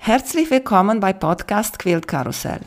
Herzlich willkommen bei Podcast Quiltkarussell.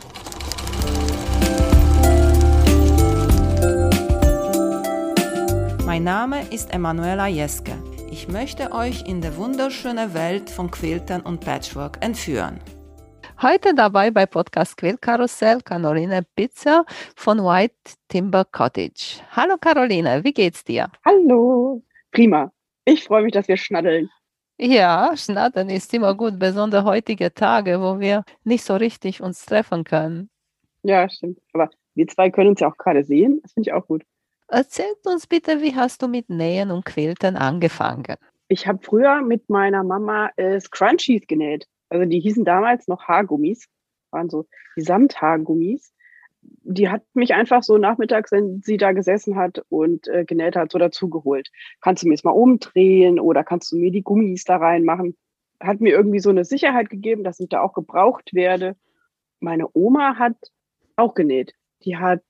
Mein Name ist Emanuela Jeske. Ich möchte euch in die wunderschöne Welt von Quiltern und Patchwork entführen. Heute dabei bei Podcast Quiltkarussell Caroline Pitzer von White Timber Cottage. Hallo Caroline, wie geht's dir? Hallo, prima. Ich freue mich, dass wir schnaddeln. Ja, schnattern ist immer gut, besonders heutige Tage, wo wir nicht so richtig uns treffen können. Ja, stimmt. Aber wir zwei können uns ja auch gerade sehen. Das finde ich auch gut. Erzählt uns bitte, wie hast du mit Nähen und Quiltern angefangen? Ich habe früher mit meiner Mama Scrunchies genäht. Also die hießen damals noch Haargummis. Waren so die Samthaargummis. Die hat mich einfach so nachmittags, wenn sie da gesessen hat und genäht hat, so dazugeholt. Kannst du mir jetzt mal umdrehen oder kannst du mir die Gummis da reinmachen? Hat mir irgendwie so eine Sicherheit gegeben, dass ich da auch gebraucht werde. Meine Oma hat auch genäht. Die hat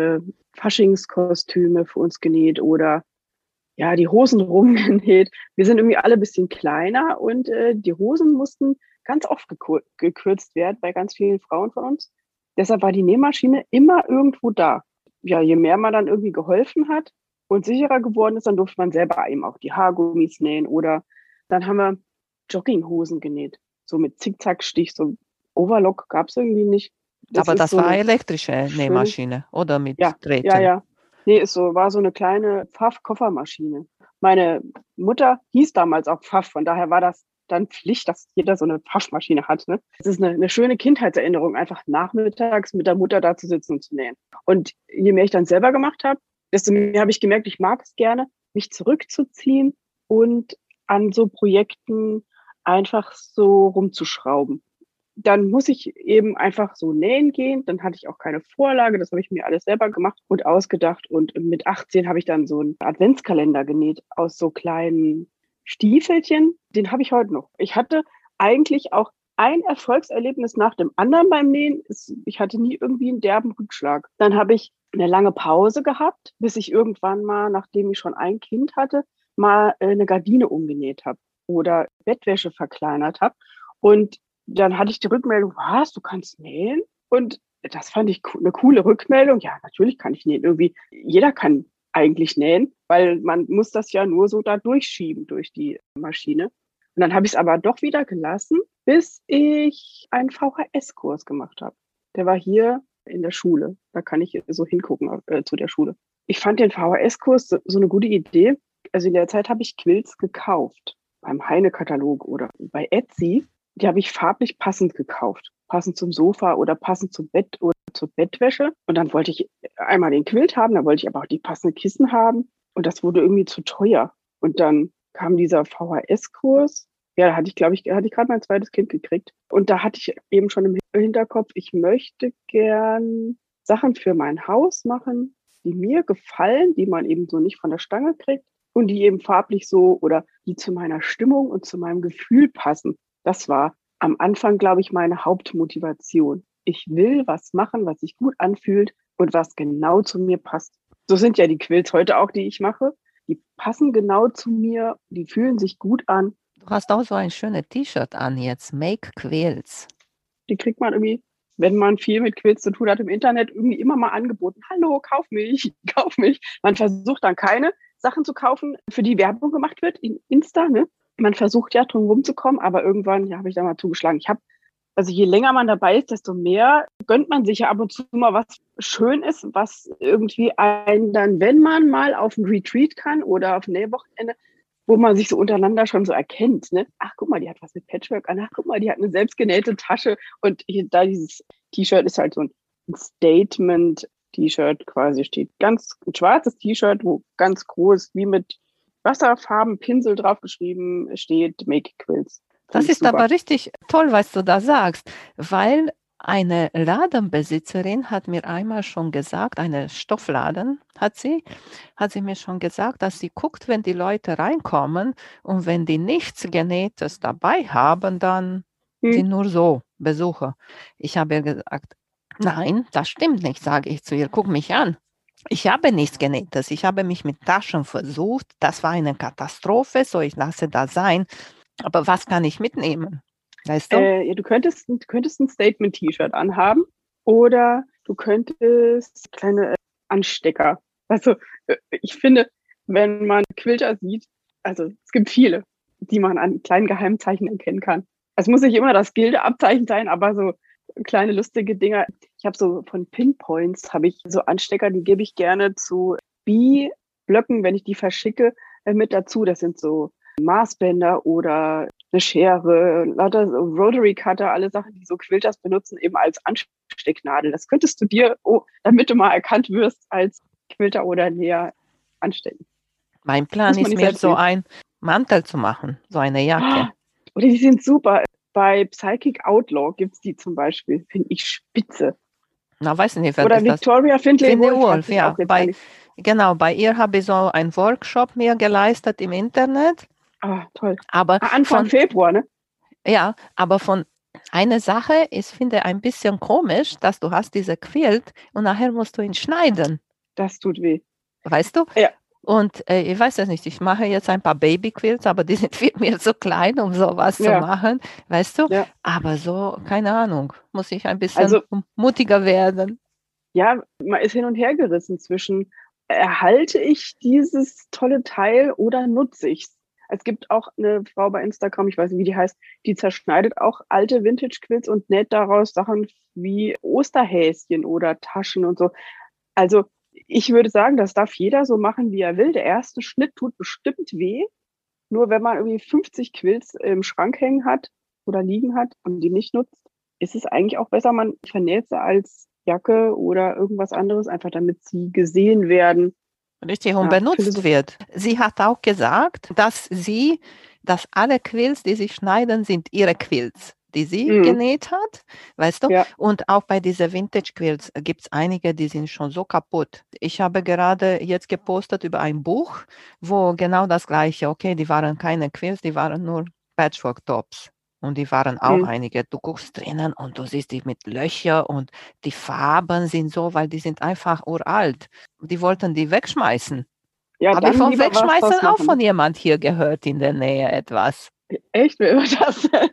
Faschingskostüme für uns genäht oder ja, die Hosen rumgenäht. Wir sind irgendwie alle ein bisschen kleiner und die Hosen mussten ganz oft gekürzt werden bei ganz vielen Frauen von uns. Deshalb war die Nähmaschine immer irgendwo da. Ja, je mehr man dann irgendwie geholfen hat und sicherer geworden ist, dann durfte man selber eben auch die Haargummis nähen oder dann haben wir Jogginghosen genäht. So mit Zickzackstich, so Overlock gab es irgendwie nicht. Aber das so war eine elektrische Nähmaschine oder mit Drähten? Ja. Nee, war so eine kleine Pfaff-Koffermaschine. Meine Mutter hieß damals auch Pfaff, von daher war das dann Pflicht, dass jeder so eine Pfaffmaschine hat. Ne? Das ist eine schöne Kindheitserinnerung, einfach nachmittags mit der Mutter da zu sitzen und zu nähen. Und je mehr ich dann selber gemacht habe, desto mehr habe ich gemerkt, ich mag es gerne, mich zurückzuziehen und an so Projekten einfach so rumzuschrauben. Dann muss ich eben einfach so nähen gehen. Dann hatte ich auch keine Vorlage. Das habe ich mir alles selber gemacht und ausgedacht. Und mit 18 habe ich dann so einen Adventskalender genäht aus so kleinen Stiefelchen. Den habe ich heute noch. Ich hatte eigentlich auch ein Erfolgserlebnis nach dem anderen beim Nähen. Ich hatte nie irgendwie einen derben Rückschlag. Dann habe ich eine lange Pause gehabt, bis ich irgendwann mal, nachdem ich schon ein Kind hatte, mal eine Gardine umgenäht habe oder Bettwäsche verkleinert habe. Und dann hatte ich die Rückmeldung, was, du kannst nähen? Und das fand ich eine coole Rückmeldung. Ja, natürlich kann ich nähen. Irgendwie, jeder kann eigentlich nähen, weil man muss das ja nur so da durchschieben durch die Maschine. Und dann habe ich es aber doch wieder gelassen, bis ich einen VHS-Kurs gemacht habe. Der war hier in der Schule. Da kann ich so hingucken zu der Schule. Ich fand den VHS-Kurs so eine gute Idee. Also in der Zeit habe ich Quilts gekauft. Beim Heine-Katalog oder bei Etsy. Die habe ich farblich passend gekauft. Passend zum Sofa oder passend zum Bett oder zur Bettwäsche. Und dann wollte ich einmal den Quilt haben, dann wollte ich aber auch die passenden Kissen haben. Und das wurde irgendwie zu teuer. Und dann kam dieser VHS-Kurs. Ja, da hatte ich gerade mein zweites Kind gekriegt. Und da hatte ich eben schon im Hinterkopf, ich möchte gern Sachen für mein Haus machen, die mir gefallen, die man eben so nicht von der Stange kriegt und die eben farblich so oder die zu meiner Stimmung und zu meinem Gefühl passen. Das war am Anfang, glaube ich, meine Hauptmotivation. Ich will was machen, was sich gut anfühlt und was genau zu mir passt. So sind ja die Quilts heute auch, die ich mache. Die passen genau zu mir, die fühlen sich gut an. Du hast auch so ein schönes T-Shirt an jetzt, Make Quilts. Die kriegt man irgendwie, wenn man viel mit Quilts zu tun hat, im Internet irgendwie immer mal angeboten. Hallo, kauf mich, kauf mich. Man versucht dann keine Sachen zu kaufen, für die Werbung gemacht wird in Insta, ne? Man versucht ja drum rumzukommen, aber irgendwann habe ich da mal zugeschlagen. Also je länger man dabei ist, desto mehr gönnt man sich ja ab und zu mal was schön ist, was irgendwie einen dann, wenn man mal auf ein Retreat kann oder auf ein Nähwochenende, wo man sich so untereinander schon so erkennt, ne? Ach, guck mal, die hat was mit Patchwork an. Ach, guck mal, die hat eine selbstgenähte Tasche. Und da dieses T-Shirt ist halt so ein Statement-T-Shirt quasi steht. Ein schwarzes T-Shirt, wo ganz groß wie mit Wasserfarbenpinsel draufgeschrieben steht, Make Quilts. Das ist aber richtig toll, was du da sagst, weil eine Ladenbesitzerin hat mir einmal schon gesagt, eine Stoffladen hat sie mir schon gesagt, dass sie guckt, wenn die Leute reinkommen und wenn die nichts Genähtes dabei haben, dann sind nur so Besucher. Ich habe ihr gesagt, nein, das stimmt nicht, sage ich zu ihr, guck mich an. Ich habe nichts Genähtes. Ich habe mich mit Taschen versucht. Das war eine Katastrophe, so ich lasse das sein. Aber was kann ich mitnehmen? Weißt du? Ja, du könntest ein Statement-T-Shirt anhaben oder du könntest kleine Anstecker. Also ich finde, wenn man Quilter sieht, also es gibt viele, die man an kleinen Geheimzeichen erkennen kann. Es muss nicht immer das Gilde-Abzeichen sein, aber so kleine lustige Dinger. Ich habe so von Pinpoints, habe ich so Anstecker, die gebe ich gerne zu Bi-Blöcken, wenn ich die verschicke, mit dazu. Das sind so Maßbänder oder eine Schere, lauter so Rotary Cutter, alle Sachen, die so Quilters benutzen, eben als Anstecknadel. Das könntest du dir, damit du mal erkannt wirst, als Quilter oder Näher anstecken. Mein Plan Muss man ist nicht mir selbst so nähen. ein Mantel zu machen, so eine Jacke. Oder die sind super. Bei Psychic Outlaw gibt's die zum Beispiel. Finde ich spitze. Na, weiß ich nicht, wer Oder ist das? Victoria Findlay Finley Wolf, weiß Wolf, ich ja. auch jetzt gar nicht. Genau, bei ihr habe ich so einen Workshop mir geleistet im Internet. Toll. Aber Anfang von, Februar, ne? aber von einer Sache ist, finde ein bisschen komisch, dass du hast diese Quilt und nachher musst du ihn schneiden, Das tut weh. weißt du? Ja, Und ich weiß es nicht, ich mache jetzt ein paar Babyquilts, aber die sind mir zu klein, um sowas zu ja, machen, weißt du? ja. Aber so, keine Ahnung, muss ich ein bisschen Also, mutiger werden. ja, man ist hin und her gerissen zwischen, erhalte ich dieses tolle Teil oder nutze ich es? Es gibt auch eine Frau bei Instagram, ich weiß nicht, wie die heißt, die zerschneidet auch alte Vintage-Quilts und näht daraus Sachen wie Osterhäschen oder Taschen und so. Also ich würde sagen, das darf jeder so machen, wie er will. Der erste Schnitt tut bestimmt weh. Nur wenn man irgendwie 50 Quilts im Schrank hängen hat oder liegen hat und die nicht nutzt, ist es eigentlich auch besser, man vernäht sie als Jacke oder irgendwas anderes, einfach damit sie gesehen werden. Richtig und Ja, benutzt Philosophie. wird. Sie hat auch gesagt, dass alle Quilts, die sie schneiden, sind ihre Quilts, die sie Mhm. genäht hat, weißt du? Ja, Und auch bei diesen Vintage Quilts gibt es einige, die sind schon so kaputt. Ich habe gerade jetzt gepostet über ein Buch, wo genau das Gleiche, okay, die waren keine Quilts, die waren nur Patchwork Tops. Und die waren auch mhm. einige. Du guckst drinnen und du siehst die mit Löchern und die Farben sind so, weil die sind einfach uralt. Die wollten die wegschmeißen. Ja, Habe ich dann von lieber was Wegschmeißen draus auch machen. von Ne? jemand hier gehört in der Nähe etwas. Echt, wer wird das denn?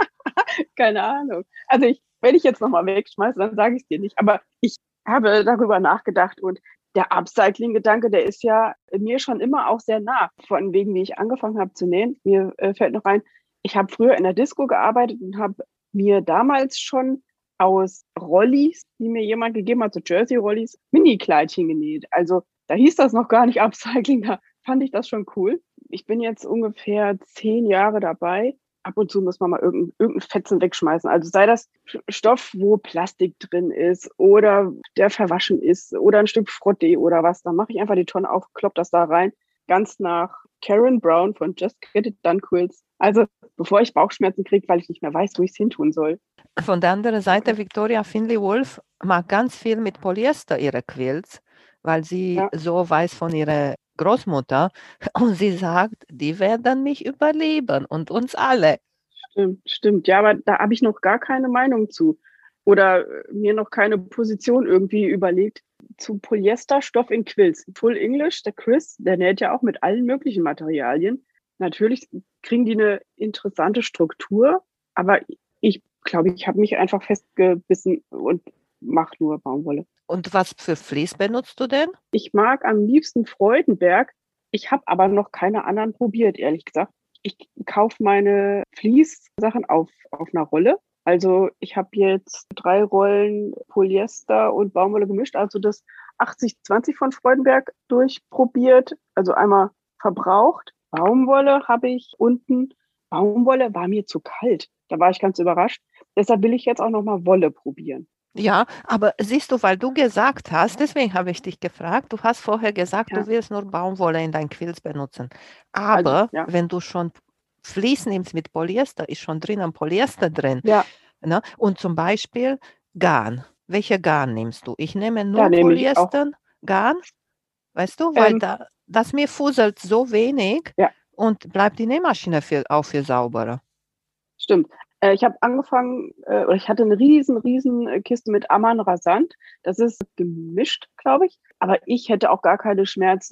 Keine Ahnung. Also wenn ich jetzt nochmal wegschmeiße, dann sage ich es dir nicht. Aber ich habe darüber nachgedacht und der Upcycling-Gedanke, der ist ja mir schon immer auch sehr nah. Von wegen, wie ich angefangen habe zu nähen. Mir fällt noch ein, ich habe früher in der Disco gearbeitet und habe mir damals schon aus Rollis, die mir jemand gegeben hat, so Jersey-Rollis, Mini-Kleidchen genäht. Also da hieß das noch gar nicht Upcycling, da fand ich das schon cool. Ich bin jetzt ungefähr 10 Jahre dabei. Ab und zu muss man mal irgendeinen Fetzen wegschmeißen. Also sei das Stoff, wo Plastik drin ist oder der verwaschen ist oder ein Stück Frottee oder was, dann mache ich einfach die Tonne auf, klopp das da rein. Ganz nach Karen Brown von Just Get It Done Quilts. Also bevor ich Bauchschmerzen kriege, weil ich nicht mehr weiß, wo ich es hin tun soll. Von der anderen Seite, Okay. Victoria Findlay Wolf mag ganz viel mit Polyester ihre Quilts, weil sie Ja, so weiß von ihrer Großmutter und sie sagt, die werden mich überleben und uns alle. stimmt. Ja, aber da habe ich noch gar keine Meinung zu. Oder mir noch keine Position irgendwie überlegt. Zu Polyesterstoff in Quilts. Full English, der Chris, der näht ja auch mit allen möglichen Materialien. Natürlich kriegen die eine interessante Struktur, aber ich glaube, ich habe mich einfach festgebissen und mache nur Baumwolle. Und was für Vlies benutzt du denn? Ich mag am liebsten Freudenberg. Ich habe aber noch keine anderen probiert, ehrlich gesagt. Ich kaufe meine Fließsachen auf einer Rolle. Also ich habe jetzt 3 Rollen Polyester und Baumwolle gemischt, also das 80-20 von Freudenberg durchprobiert, also einmal verbraucht. Baumwolle habe ich unten. Baumwolle war mir zu kalt. Da war ich ganz überrascht. Deshalb will ich jetzt auch noch mal Wolle probieren. Ja, aber siehst du, weil du gesagt hast, deswegen habe ich dich gefragt, du hast vorher gesagt, du Ja, willst nur Baumwolle in deinen Quilts benutzen. also Aber ja, wenn du schon Vlies nimmst mit Polyester, ist schon drinnen Polyester drin. ja, Ne? Und zum Beispiel Garn. Welche Garn nimmst du? Ich nehme da nur nehme ich auch. Polyester Garn, weißt du, weil Ähm, das mir fuselt so wenig ja, und bleibt die Nähmaschine auch viel sauberer. stimmt. Ich habe angefangen, oder ich hatte eine riesen Kiste mit Amman Rasant. Das ist gemischt, glaube ich. Aber ich hätte auch gar keine Schmerzen,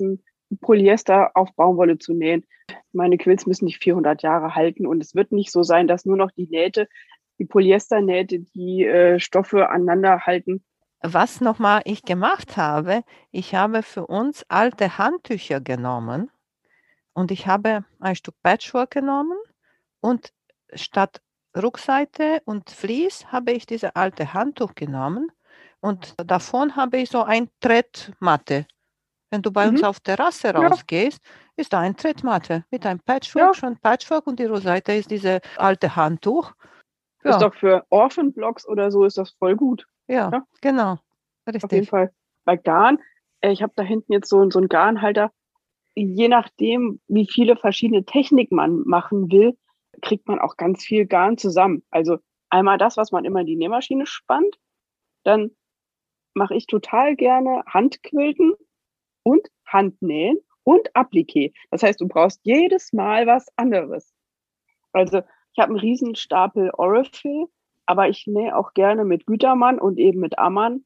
Polyester auf Baumwolle zu nähen. Meine Quills müssen nicht 400 Jahre halten und es wird nicht so sein, dass nur noch die Polyesternähte, die Stoffe aneinander halten. Was nochmal ich gemacht habe, ich habe für uns alte Handtücher genommen und ich habe ein Stück Patchwork genommen und statt Rückseite und Vlies habe ich diese alte Handtuch genommen und davon habe ich so ein Trettmatte. Wenn du bei uns Mhm. auf Terrasse Ja, rausgehst, ist da ein Trettmatte mit einem Patchwork, ja, schon Patchwork und die Rückseite ist diese alte Handtuch. ist Ja, doch für Orphan-Blocks oder so ist das voll gut. ja, Ja, genau, auf jeden richtig. Fall. Bei Garn, ich habe da hinten jetzt so einen Garnhalter. Je nachdem, wie viele verschiedene Techniken man machen will, kriegt man auch ganz viel Garn zusammen. Also einmal das, was man immer in die Nähmaschine spannt, dann mache ich total gerne Handquilten und Handnähen und Appliqué. Das heißt, du brauchst jedes Mal was anderes. Also ich habe einen riesen Stapel Aurifil, aber ich nähe auch gerne mit Gütermann und eben mit Ammann.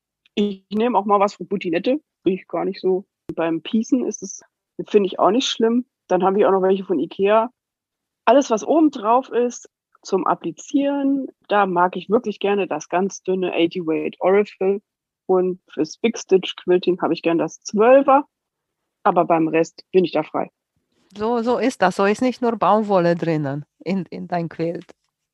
Ich nehme auch mal was von Butinette, bin ich gar nicht so. Beim Piecen finde ich auch nicht schlimm. Dann habe ich auch noch welche von Ikea. Alles, was oben drauf ist zum Applizieren, da mag ich wirklich gerne das ganz dünne 80 Weight Aurifil. Und fürs Big Stitch Quilting habe ich gerne das 12er. Aber beim Rest bin ich da frei. So ist das. So ist nicht nur Baumwolle drinnen in dein Quilt.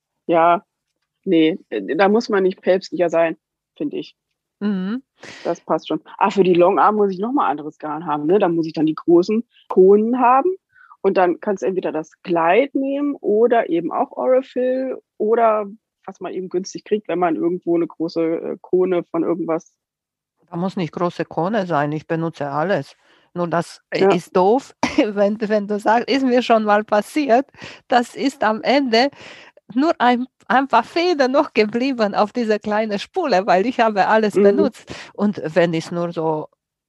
Ja, nee, da muss man nicht päpstlicher sein, finde ich. Mhm. Das passt schon. Ah, für die Longarm muss ich nochmal anderes Garn haben, ne? Da muss ich dann die großen Konen haben. Und dann kannst du entweder das Glide nehmen oder eben auch Aurifil oder was man eben günstig kriegt, wenn man irgendwo eine große Kone von irgendwas. Da muss nicht große Krone sein. Ich benutze alles. Nur das Ja, ist doof, wenn du sagst, ist mir schon mal passiert, das ist am Ende nur ein paar Fäden noch geblieben auf dieser kleinen Spule, weil ich habe alles mhm. benutzt. Und wenn es nur so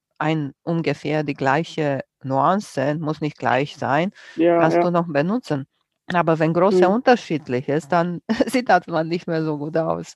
ungefähr die gleiche Nuance, muss nicht gleich sein, Ja, kannst du ja. noch benutzen. Aber wenn große Mhm. unterschiedlich ist, dann sieht das man nicht mehr so gut aus.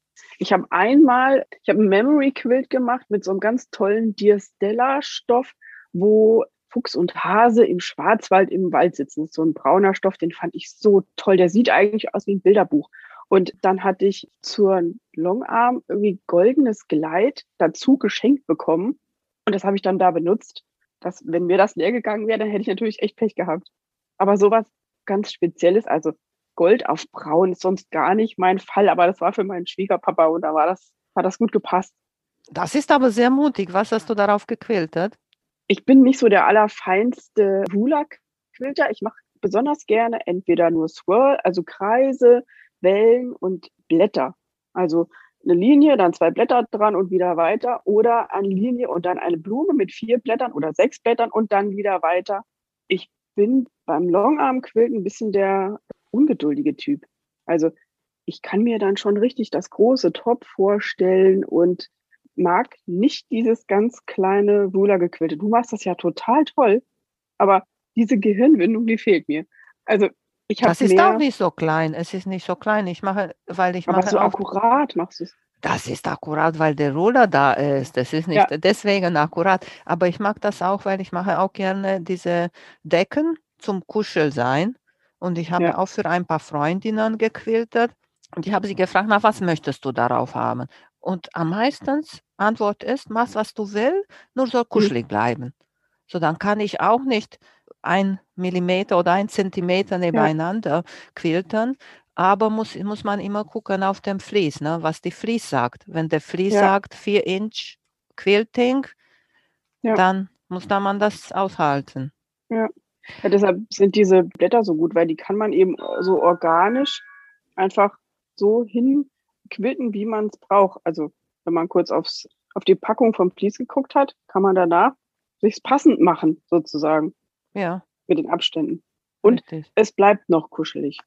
Ich habe ein Memory Quilt gemacht mit so einem ganz tollen Dear Stella Stoff, wo Fuchs und Hase im Schwarzwald im Wald sitzen. Das ist so ein brauner Stoff, den fand ich so toll. Der sieht eigentlich aus wie ein Bilderbuch. Und dann hatte ich zur Longarm irgendwie goldenes Gleit dazu geschenkt bekommen. Und das habe ich dann da benutzt. Wenn mir das leer gegangen wäre, dann hätte ich natürlich echt Pech gehabt. Aber sowas ganz Spezielles, also Gold auf Braun ist sonst gar nicht mein Fall, aber das war für meinen Schwiegerpapa und da hat das gut gepasst. Das ist aber sehr mutig. Was hast du darauf gequiltet? Ich bin nicht so der allerfeinste Ruler-Quilter. Ich mache besonders gerne entweder nur Swirl, also Kreise, Wellen und Blätter. Also eine Linie, dann 2 Blätter dran und wieder weiter oder eine Linie und dann eine Blume mit 4 Blättern oder 6 Blättern und dann wieder weiter. Ich bin beim Longarm-Quilten ein bisschen der ungeduldige Typ. Also ich kann mir dann schon richtig das große Top vorstellen und mag nicht dieses ganz kleine Ruler-Gequilte. Du machst das ja total toll, aber diese Gehirnwindung, die fehlt mir. Also ich habe Das ist auch mehr, nicht so klein. Es ist nicht so klein. Weil ich aber mache so auch, akkurat machst du es. das ist akkurat, weil der Ruler da ist. Das ist nicht Ja, deswegen akkurat. Aber ich mag das auch, weil ich mache auch gerne diese Decken zum Kuschelsein. Und ich ja, habe auch für ein paar Freundinnen gequiltet. Und ich habe sie gefragt, na, was möchtest du darauf haben? Und am meisten Antwort ist, mach, was du willst, nur soll hm, kuschelig bleiben. So, dann kann ich auch nicht 1 Millimeter oder 1 Zentimeter ja, nebeneinander quiltern, aber muss man immer gucken auf dem Vlies, ne, was die Vlies sagt. Wenn der Vlies ja, sagt 4 Inch Quilting, ja, dann muss da man das aushalten. ja. Ja, deshalb sind diese Blätter so gut, weil die kann man eben so organisch einfach so hinquilten, wie man es braucht. Also wenn man kurz auf die Packung vom Vlies geguckt hat, kann man danach sich's passend machen, sozusagen, Ja, mit den Abständen. Und richtig. es bleibt noch kuschelig.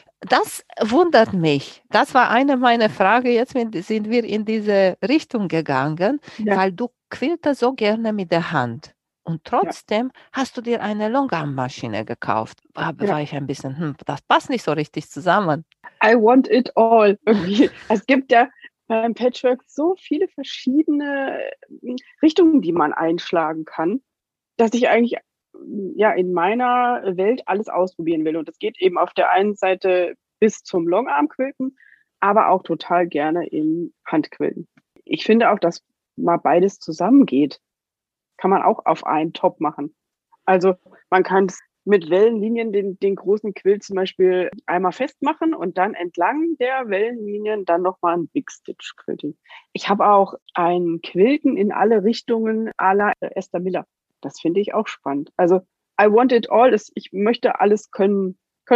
Das wundert mich. Das war eine meiner Fragen. Jetzt sind wir in diese Richtung gegangen, Ja, weil du quiltest so gerne mit der Hand. Und ja, trotzdem hast du dir eine Longarm-Maschine gekauft. ja. War ich ein bisschen, das passt nicht so richtig zusammen. I want it all. Irgendwie. Es gibt ja beim Patchwork so viele verschiedene Richtungen, die man einschlagen kann, dass ich eigentlich ja in meiner Welt alles ausprobieren will. Und das geht eben auf der einen Seite bis zum Longarm-Quilten, aber auch total gerne im Handquilten. Ich finde auch, dass mal beides zusammengeht. Kann man auch auf einen Top machen. Also man kann es mit Wellenlinien den großen Quilt zum Beispiel einmal festmachen und dann entlang der Wellenlinien dann nochmal ein Big Stitch Quilting. Ich habe auch ein Quilten in alle Richtungen à la Esther Miller. Das finde ich auch spannend. Also I want it all. Ich möchte alles können.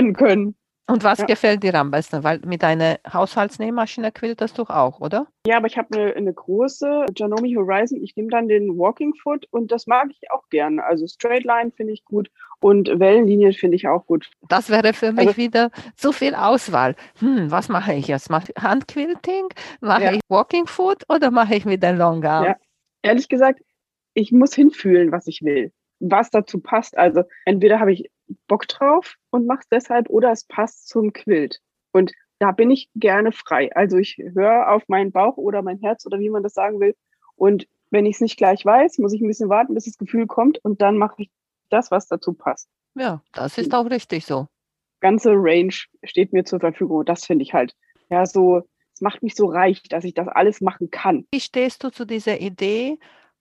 Und was Ja. gefällt dir am besten? Weil mit deiner Haushaltsnähmaschine quiltest du auch, oder? Ja, aber ich habe eine große Janome Horizon. Ich nehme dann den Walking Foot und das mag ich auch gerne. Also Straight Line finde ich gut und Wellenlinien finde ich auch gut. Das wäre für mich wieder zu viel Auswahl. Was mache ich jetzt? Mache ich Handquilting? Mache ich Walking Foot oder mache ich mit der Longarm? Ja, ehrlich gesagt, ich muss hinfühlen, was ich will, was dazu passt. Also entweder habe ich Bock drauf und mache es deshalb oder es passt zum Quilt. Und da bin ich gerne frei. Also ich höre auf meinen Bauch oder mein Herz oder wie man das sagen will. Und wenn ich es nicht gleich weiß, muss ich ein bisschen warten, bis das Gefühl kommt und dann mache ich das, was dazu passt. Ja, das ist auch richtig so. Ganze Range steht mir zur Verfügung. Das finde ich halt, ja, so, es macht mich so reich, dass ich das alles machen kann. Wie stehst du zu dieser Idee,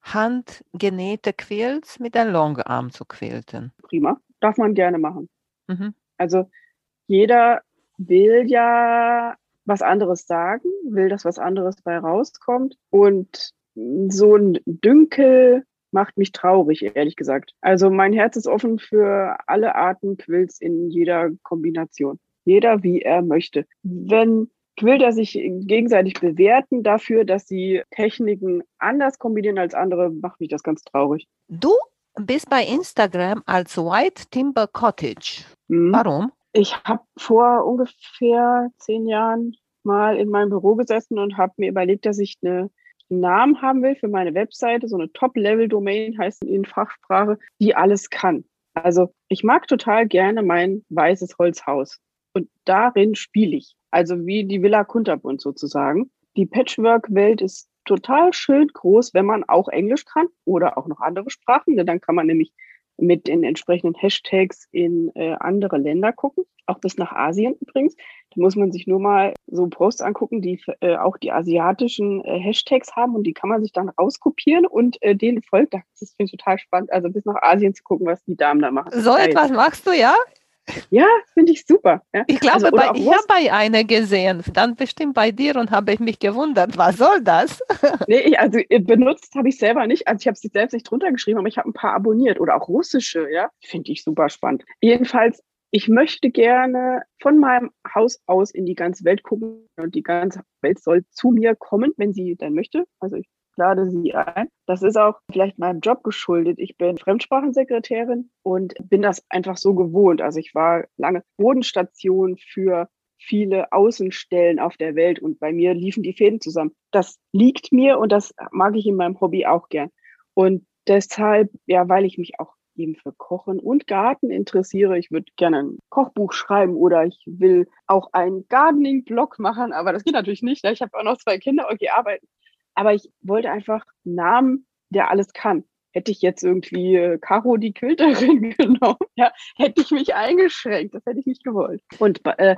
handgenähte Quilts mit einem Longarm zu quilten? Prima, darf man gerne machen. Mhm. Also jeder will ja was anderes sagen, will, dass was anderes bei rauskommt. Und so ein Dünkel macht mich traurig, ehrlich gesagt. Also mein Herz ist offen für alle Arten Quilts in jeder Kombination. Jeder, wie er möchte. Wenn Quilter sich gegenseitig bewerten dafür, dass sie Techniken anders kombinieren als andere, macht mich das ganz traurig. Du bist bei Instagram als White Timber Cottage. Warum? Ich habe vor ungefähr 10 Jahren mal in meinem Büro gesessen und habe mir überlegt, dass ich einen Namen haben will für meine Webseite, so eine Top-Level-Domain heißt in Fachsprache, die alles kann. Also ich mag total gerne mein weißes Holzhaus und darin spiele ich. Also wie die Villa Kunterbund sozusagen. Die Patchwork-Welt ist total schön groß, wenn man auch Englisch kann oder auch noch andere Sprachen, denn dann kann man nämlich mit den entsprechenden Hashtags in andere Länder gucken, auch bis nach Asien übrigens. Da muss man sich nur mal so Posts angucken, die auch die asiatischen Hashtags haben und die kann man sich dann rauskopieren und denen folgt. Das finde ich total spannend, also bis nach Asien zu gucken, was die Damen da machen. So etwas machst du, ja? Ja, finde ich super. Ja. Ich glaube, ich habe bei einer gesehen, dann bestimmt bei dir und habe ich mich gewundert, was soll das? Nee, also benutzt habe ich selber nicht. Also ich habe es selbst nicht drunter geschrieben, aber ich habe ein paar abonniert oder auch russische, ja. Finde ich super spannend. Jedenfalls, ich möchte gerne von meinem Haus aus in die ganze Welt gucken und die ganze Welt soll zu mir kommen, wenn sie dann möchte. Also ich lade sie ein. Das ist auch vielleicht meinem Job geschuldet. Ich bin Fremdsprachensekretärin und bin das einfach so gewohnt. Also ich war lange Bodenstation für viele Außenstellen auf der Welt und bei mir liefen die Fäden zusammen. Das liegt mir und das mag ich in meinem Hobby auch gern. Und deshalb, ja, weil ich mich auch eben für Kochen und Garten interessiere. Ich würde gerne ein Kochbuch schreiben oder ich will auch einen Gardening-Blog machen, aber das geht natürlich nicht. Ich habe auch noch 2 Kinder, okay, arbeiten. Aber ich wollte einfach einen Namen, der alles kann. Hätte ich jetzt irgendwie Caro die Quilterin genommen, ja, hätte ich mich eingeschränkt. Das hätte ich nicht gewollt. Und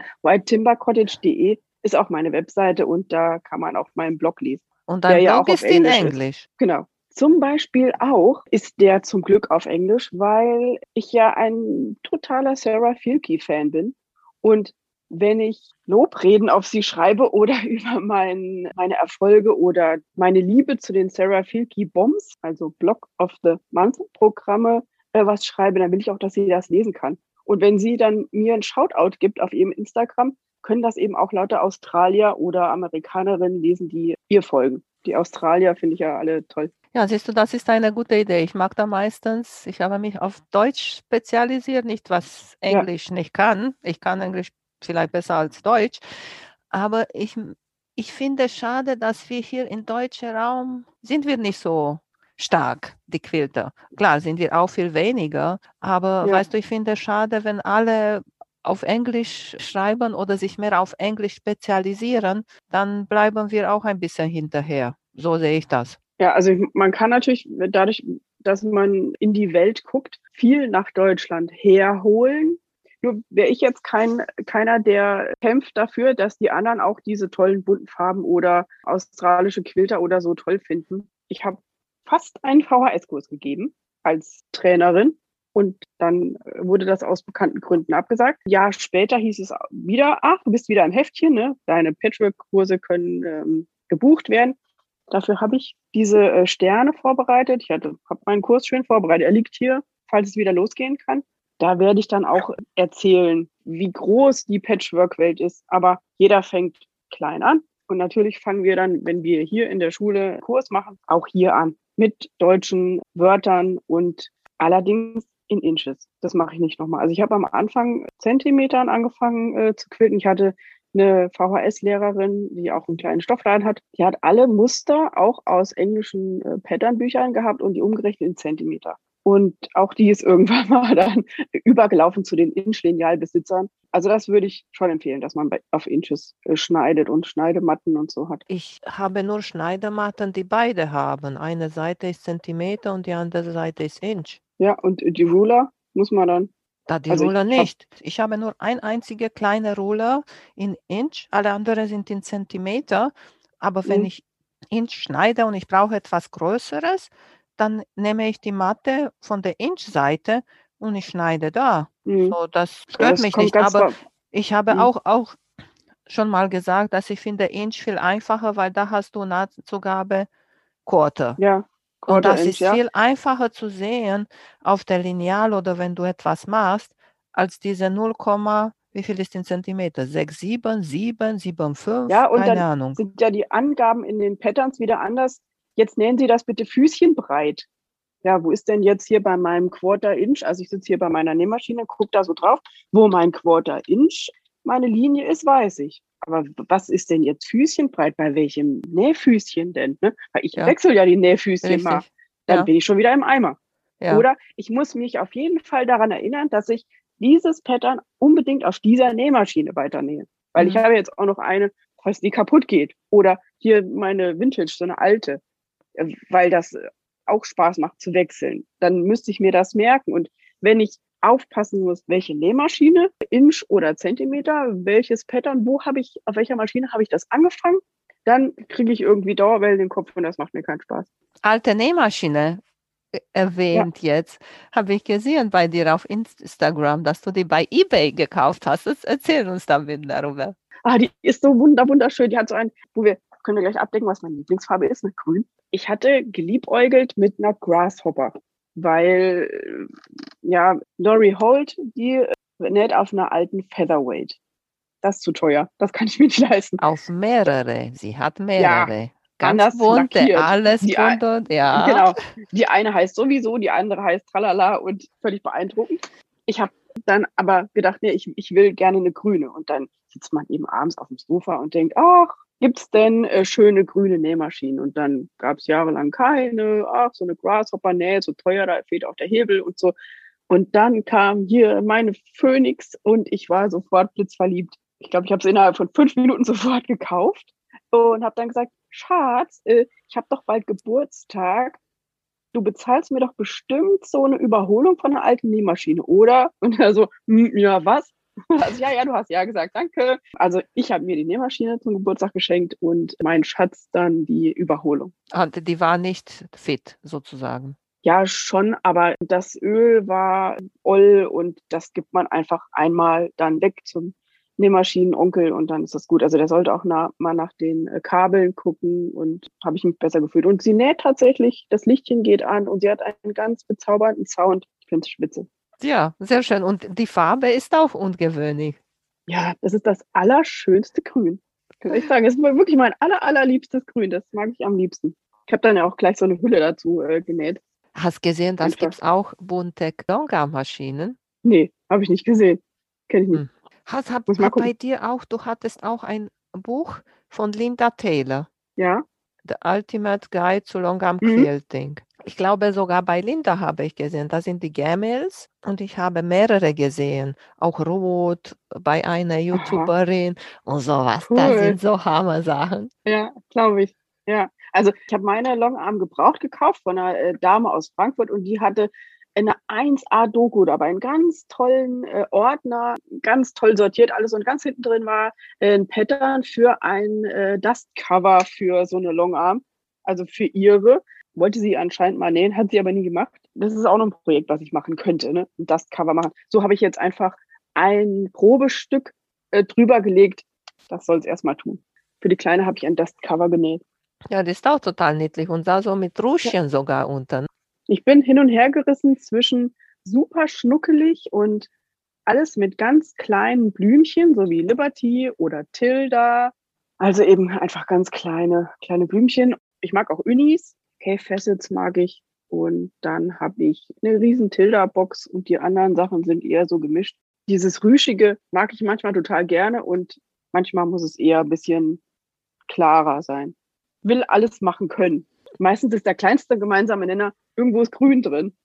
whitetimbercottage.de ist auch meine Webseite und da kann man auch meinen Blog lesen. Und dein Blog ist in Englisch. Genau. Zum Beispiel auch ist der zum Glück auf Englisch, weil ich ja ein totaler Sarah Fielke-Fan bin. Und wenn ich Lobreden auf sie schreibe oder über meine Erfolge oder meine Liebe zu den Sarah Fielke Bombs, also Blog of the Month Programme, was schreibe, dann will ich auch, dass sie das lesen kann. Und wenn sie dann mir ein Shoutout gibt auf ihrem Instagram, können das eben auch lauter Australier oder Amerikanerinnen lesen, die ihr folgen. Die Australier finde ich ja alle toll. Ja, siehst du, das ist eine gute Idee. Ich mag da meistens, ich habe mich auf Deutsch spezialisiert, nicht was Englisch nicht kann. Ich kann Englisch vielleicht besser als Deutsch, aber ich finde es schade, dass wir hier im deutschen Raum sind wir nicht so stark, die Quilter. Klar, sind wir auch viel weniger, aber weißt du, ich finde es schade, wenn alle auf Englisch schreiben oder sich mehr auf Englisch spezialisieren, dann bleiben wir auch ein bisschen hinterher. So sehe ich das. Ja, also man kann natürlich dadurch dass man in die Welt guckt, viel nach Deutschland herholen. Nur wäre ich jetzt keiner, der kämpft dafür, dass die anderen auch diese tollen bunten Farben oder australische Quilter oder so toll finden. Ich habe fast einen VHS-Kurs gegeben als Trainerin und dann wurde das aus bekannten Gründen abgesagt. Ein Jahr später hieß es wieder, ach, du bist wieder im Heftchen, ne? Deine Patchwork-Kurse können gebucht werden. Dafür habe ich diese Sterne vorbereitet. Ich habe meinen Kurs schön vorbereitet. Er liegt hier, falls es wieder losgehen kann. Da werde ich dann auch erzählen, wie groß die Patchwork-Welt ist. Aber jeder fängt klein an. Und natürlich fangen wir dann, wenn wir hier in der Schule einen Kurs machen, auch hier an. Mit deutschen Wörtern und allerdings in Inches. Das mache ich nicht nochmal. Also ich habe am Anfang Zentimetern angefangen zu quilten. Ich hatte eine VHS-Lehrerin, die auch einen kleinen Stoffladen hat. Die hat alle Muster auch aus englischen Patternbüchern gehabt und die umgerechnet in Zentimeter. Und auch die ist irgendwann mal dann übergelaufen zu den Inch-Linealbesitzern. Also das würde ich schon empfehlen, dass man auf Inches schneidet und Schneidematten und so hat. Ich habe nur Schneidematten, die beide haben. Eine Seite ist Zentimeter und die andere Seite ist Inch. Ja, und die Ruler muss man dann. Da die Ruler nicht. Ich habe nur ein einziger kleiner Ruler in Inch, alle anderen sind in Zentimeter. Aber wenn ich Inch schneide und ich brauche etwas Größeres, dann nehme ich die Matte von der Inch-Seite und ich schneide da. So, das stört mich nicht. Aber ich habe auch schon mal gesagt, dass ich finde Inch viel einfacher, weil da hast du Nahtzugabe Quarter. Ja. Und das ist viel einfacher zu sehen auf der Lineal oder wenn du etwas machst, als diese 0, wie viel ist in Zentimeter? 6, 7, 7, 7, 5, ja, und keine dann Ahnung. Sind ja die Angaben in den Patterns wieder anders. Jetzt nennen Sie das bitte Füßchen breit. Ja, wo ist denn jetzt hier bei meinem Quarter Inch? Also ich sitze hier bei meiner Nähmaschine, gucke da so drauf, wo mein Quarter Inch meine Linie ist, weiß ich. Aber was ist denn jetzt Füßchenbreit? Bei welchem Nähfüßchen denn? Ne? Weil ich wechsle ja die Nähfüßchen mal. Dann bin ich schon wieder im Eimer. Ja. Oder ich muss mich auf jeden Fall daran erinnern, dass ich dieses Pattern unbedingt auf dieser Nähmaschine weiternähe. Weil ich habe jetzt auch noch eine, falls die kaputt geht. Oder hier meine Vintage, so eine alte. Weil das auch Spaß macht zu wechseln. Dann müsste ich mir das merken. Und wenn ich aufpassen muss, welche Nähmaschine, Inch oder Zentimeter, welches Pattern, auf welcher Maschine habe ich das angefangen, dann kriege ich irgendwie Dauerwellen im Kopf und das macht mir keinen Spaß. Alte Nähmaschine erwähnt jetzt, habe ich gesehen bei dir auf Instagram, dass du die bei eBay gekauft hast. Erzähl uns dann bitte darüber. Die ist so wunderschön. Die hat so können wir gleich abdecken, was meine Lieblingsfarbe ist, mit Grün. Ich hatte geliebäugelt mit einer Grasshopper. Weil, Lori Holt, die näht auf einer alten Featherweight. Das ist zu teuer. Das kann ich mir nicht leisten. Auf mehrere. Sie hat mehrere. Ja, ganz bunte, lackiert. alles bunt. Ja. Genau. Die eine heißt sowieso, die andere heißt tralala und völlig beeindruckend. Ich habe dann aber gedacht, nee, ich will gerne eine grüne. Und dann sitzt man eben abends auf dem Sofa und denkt, ach, gibt's denn schöne grüne Nähmaschinen? Und dann gab es jahrelang keine. Ach, so eine Grasshopper-Nähe, so teuer, da fehlt auch der Hebel und so. Und dann kam hier meine Phoenix und ich war sofort blitzverliebt. Ich glaube, ich habe es innerhalb von 5 Minuten sofort gekauft und habe dann gesagt, Schatz, ich habe doch bald Geburtstag. Du bezahlst mir doch bestimmt so eine Überholung von einer alten Nähmaschine, oder? Und er so, ja, was? Also, ja, du hast ja gesagt, danke. Also ich habe mir die Nähmaschine zum Geburtstag geschenkt und mein Schatz dann die Überholung. Und die war nicht fit, sozusagen? Ja, schon, aber das Öl war oll und das gibt man einfach einmal dann weg zum Nähmaschinenonkel und dann ist das gut. Also der sollte auch mal nach den Kabeln gucken und habe ich mich besser gefühlt. Und sie näht tatsächlich, das Lichtchen geht an und sie hat einen ganz bezaubernden Sound. Ich finde es spitze. Ja, sehr schön. Und die Farbe ist auch ungewöhnlich. Ja, das ist das allerschönste Grün. Kann ich sagen, das ist wirklich mein allerliebstes Grün. Das mag ich am liebsten. Ich habe dann ja auch gleich so eine Hülle dazu genäht. Hast gesehen, das gibt es auch bunte Longarm-Maschinen? Nee, habe ich nicht gesehen. Kenne ich nicht. Hat bei dir auch, du hattest auch ein Buch von Linda Taylor. Ja. The Ultimate Guide to Longarm Quilting. Ich glaube, sogar bei Linda habe ich gesehen, da sind die Gamels und ich habe mehrere gesehen, auch rot bei einer YouTuberin und sowas. Cool. Das sind so Hammer-Sachen. Ja, glaube ich. Ja, Also ich habe meine Longarm gebraucht gekauft von einer Dame aus Frankfurt und die hatte eine 1A-Doku dabei, einen ganz tollen Ordner, ganz toll sortiert alles und ganz hinten drin war ein Pattern für ein Dustcover für so eine Longarm, also für ihre. Wollte sie anscheinend mal nähen, hat sie aber nie gemacht. Das ist auch noch ein Projekt, was ich machen könnte, ne? Ein Dustcover machen. So habe ich jetzt einfach ein Probestück drüber gelegt. Das soll es erstmal tun. Für die Kleine habe ich ein Dustcover genäht. Ja, das ist auch total niedlich und da so mit Ja. Rüschchen sogar unten. Ich bin hin und her gerissen zwischen super schnuckelig und alles mit ganz kleinen Blümchen, so wie Liberty oder Tilda. Also eben einfach ganz kleine Blümchen. Ich mag auch Unis. Cave Facets mag ich. Und dann habe ich eine riesen Tilda-Box und die anderen Sachen sind eher so gemischt. Dieses Rüschige mag ich manchmal total gerne und manchmal muss es eher ein bisschen klarer sein. Will alles machen können. Meistens ist der kleinste gemeinsame Nenner, irgendwo ist grün drin.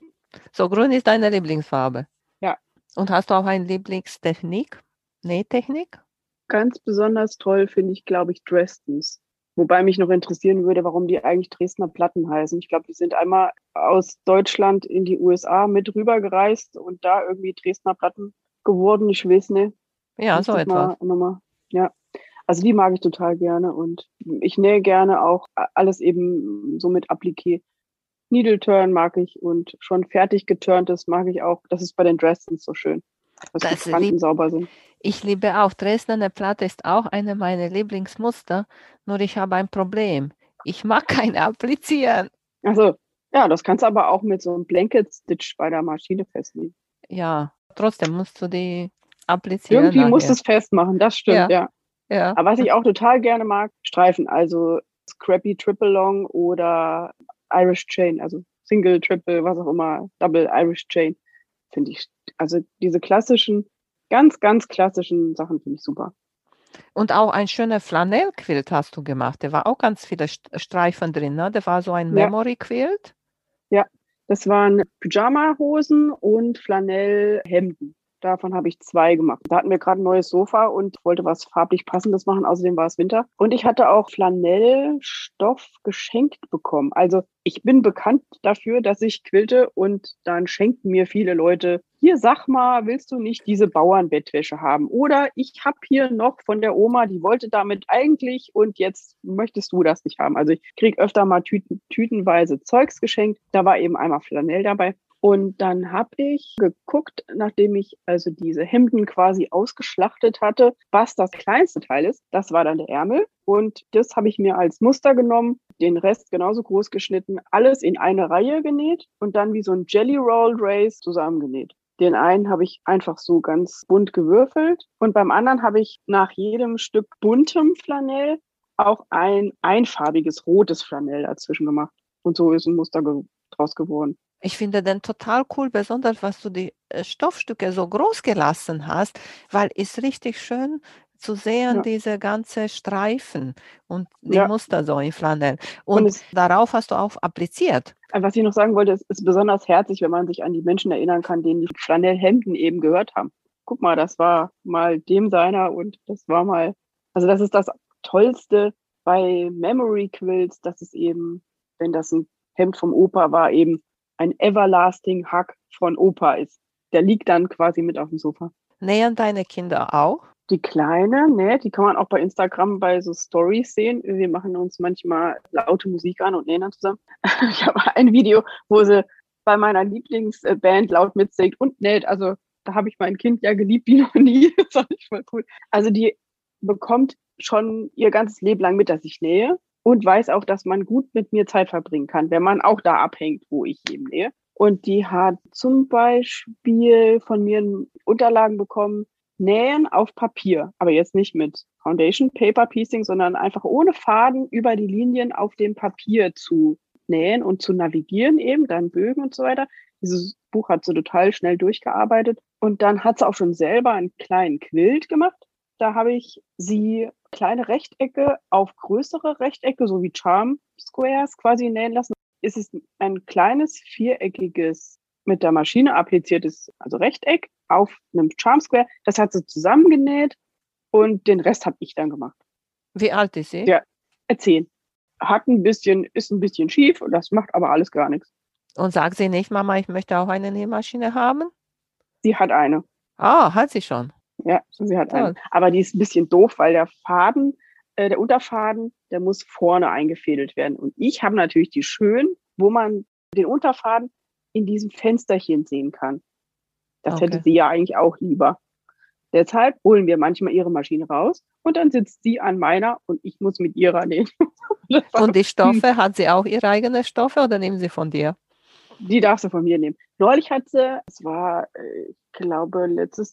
So, grün ist deine Lieblingsfarbe. Ja. Und hast du auch eine Lieblingstechnik? Nähtechnik? Ganz besonders toll finde ich, glaube ich, Dresdens. Wobei mich noch interessieren würde, warum die eigentlich Dresdner Platten heißen. Ich glaube, die sind einmal aus Deutschland in die USA mit rübergereist und da irgendwie Dresdner Platten geworden. Ich weiß nicht. Ja, so Müsste ich etwas. mal nochmal. Ja. Also die mag ich total gerne und ich nähe gerne auch alles eben so mit Appliqué. Needle Turn mag ich und schon fertig geturntes mag ich auch. Das ist bei den Dresdens so schön, dass die Das Kanten sauber sind. Ich liebe auch Dresdner Platte ist auch eine meiner Lieblingsmuster, nur ich habe ein Problem. Ich mag kein Applizieren. Also ja, das kannst du aber auch mit so einem Blanket Stitch bei der Maschine festlegen. Ja, trotzdem musst du die applizieren Irgendwie musst du nachher. es festmachen, das stimmt, Ja, ja. ja. Aber was ich auch total gerne mag, Streifen, also Scrappy Triple Long oder Irish Chain, also Single, Triple, was auch immer, Double Irish Chain, finde ich, also diese klassischen, ganz klassischen Sachen finde ich super. Und auch ein schöner Flanellquilt hast du gemacht. Der war auch ganz viele Streifen drin, ne? Der war so ein Ja, Memory-Quilt. ja, das waren Pyjama-Hosen und Flanellhemden. Davon habe ich 2 gemacht. Da hatten wir gerade ein neues Sofa und ich wollte was farblich Passendes machen. Außerdem war es Winter. Und ich hatte auch Flanellstoff geschenkt bekommen. Also ich bin bekannt dafür, dass ich quilte und dann schenken mir viele Leute, hier sag mal, willst du nicht diese Bauernbettwäsche haben? Oder ich habe hier noch von der Oma, die wollte damit eigentlich und jetzt möchtest du das nicht haben. Also ich kriege öfter mal tütenweise Zeugs geschenkt. Da war eben einmal Flanell dabei. Und dann habe ich geguckt, nachdem ich also diese Hemden quasi ausgeschlachtet hatte, was das kleinste Teil ist. Das war dann der Ärmel. Und das habe ich mir als Muster genommen, den Rest genauso groß geschnitten, alles in eine Reihe genäht und dann wie so ein Jelly Roll Race zusammengenäht. Den einen habe ich einfach so ganz bunt gewürfelt und beim anderen habe ich nach jedem Stück buntem Flanell auch ein einfarbiges rotes Flanell dazwischen gemacht. Und so ist ein Muster draus geworden. Ich finde den total cool, besonders was du die Stoffstücke so groß gelassen hast, weil ist richtig schön zu sehen, Ja, diese ganze Streifen und die ja. Muster so in Flanell. Und Und darauf hast du auch appliziert. was ich noch sagen wollte, es ist besonders herzlich, wenn man sich an die Menschen erinnern kann, denen die Flanellhemden eben gehört haben. Guck mal, das war mal dem seiner und das war mal, also das ist das Tollste bei Memory Quilts, dass es eben, wenn das ein Hemd vom Opa war, eben ein Everlasting Hug von Opa ist. Der liegt dann quasi mit auf dem Sofa. Nähen deine Kinder auch? Die Kleine, ne, die kann man auch bei Instagram bei so Stories sehen. Wir machen uns manchmal laute Musik an und nähen dann zusammen. Ich habe ein Video, wo sie bei meiner Lieblingsband laut mitsingt und näht. Also da habe ich mein Kind ja geliebt wie noch nie. Das fand ich voll cool. Also die bekommt schon ihr ganzes Leben lang mit, dass ich nähe und weiß auch, dass man gut mit mir Zeit verbringen kann, wenn man auch da abhängt, wo ich eben nähe. Und die hat zum Beispiel von mir Unterlagen bekommen, Nähen auf Papier, aber jetzt nicht mit Foundation Paper Piecing, sondern einfach ohne Faden über die Linien auf dem Papier zu nähen und zu navigieren eben, dann Bögen und so weiter. Dieses Buch hat sie total schnell durchgearbeitet und dann hat sie auch schon selber einen kleinen Quilt gemacht. Da habe ich sie kleine Rechtecke auf größere Rechtecke, so wie Charm Squares quasi nähen lassen. Es ist ein kleines viereckiges mit der Maschine appliziertes, also Rechteck auf einem Charm Square. Das hat sie zusammengenäht und den Rest habe ich dann gemacht. Wie alt ist sie? Ja, 10. ist ein bisschen schief und das macht aber alles gar nichts. Und sagt sie nicht, Mama, ich möchte auch eine Nähmaschine haben? Sie hat eine. Ah, hat sie schon. Ja, sie hat eine. Toll. Aber die ist ein bisschen doof, weil der Unterfaden, der muss vorne eingefädelt werden. Und ich habe natürlich die schön, wo man den Unterfaden in diesem Fensterchen sehen kann. Das hätte Okay. sie ja eigentlich auch lieber. Deshalb holen wir manchmal ihre Maschine raus und dann sitzt sie an meiner und ich muss mit ihrer nähen. Und die Stoffe, hat sie auch ihre eigenen Stoffe oder nehmen sie von dir? Die darfst du von mir nehmen. Neulich hat sie, es war, ich glaube,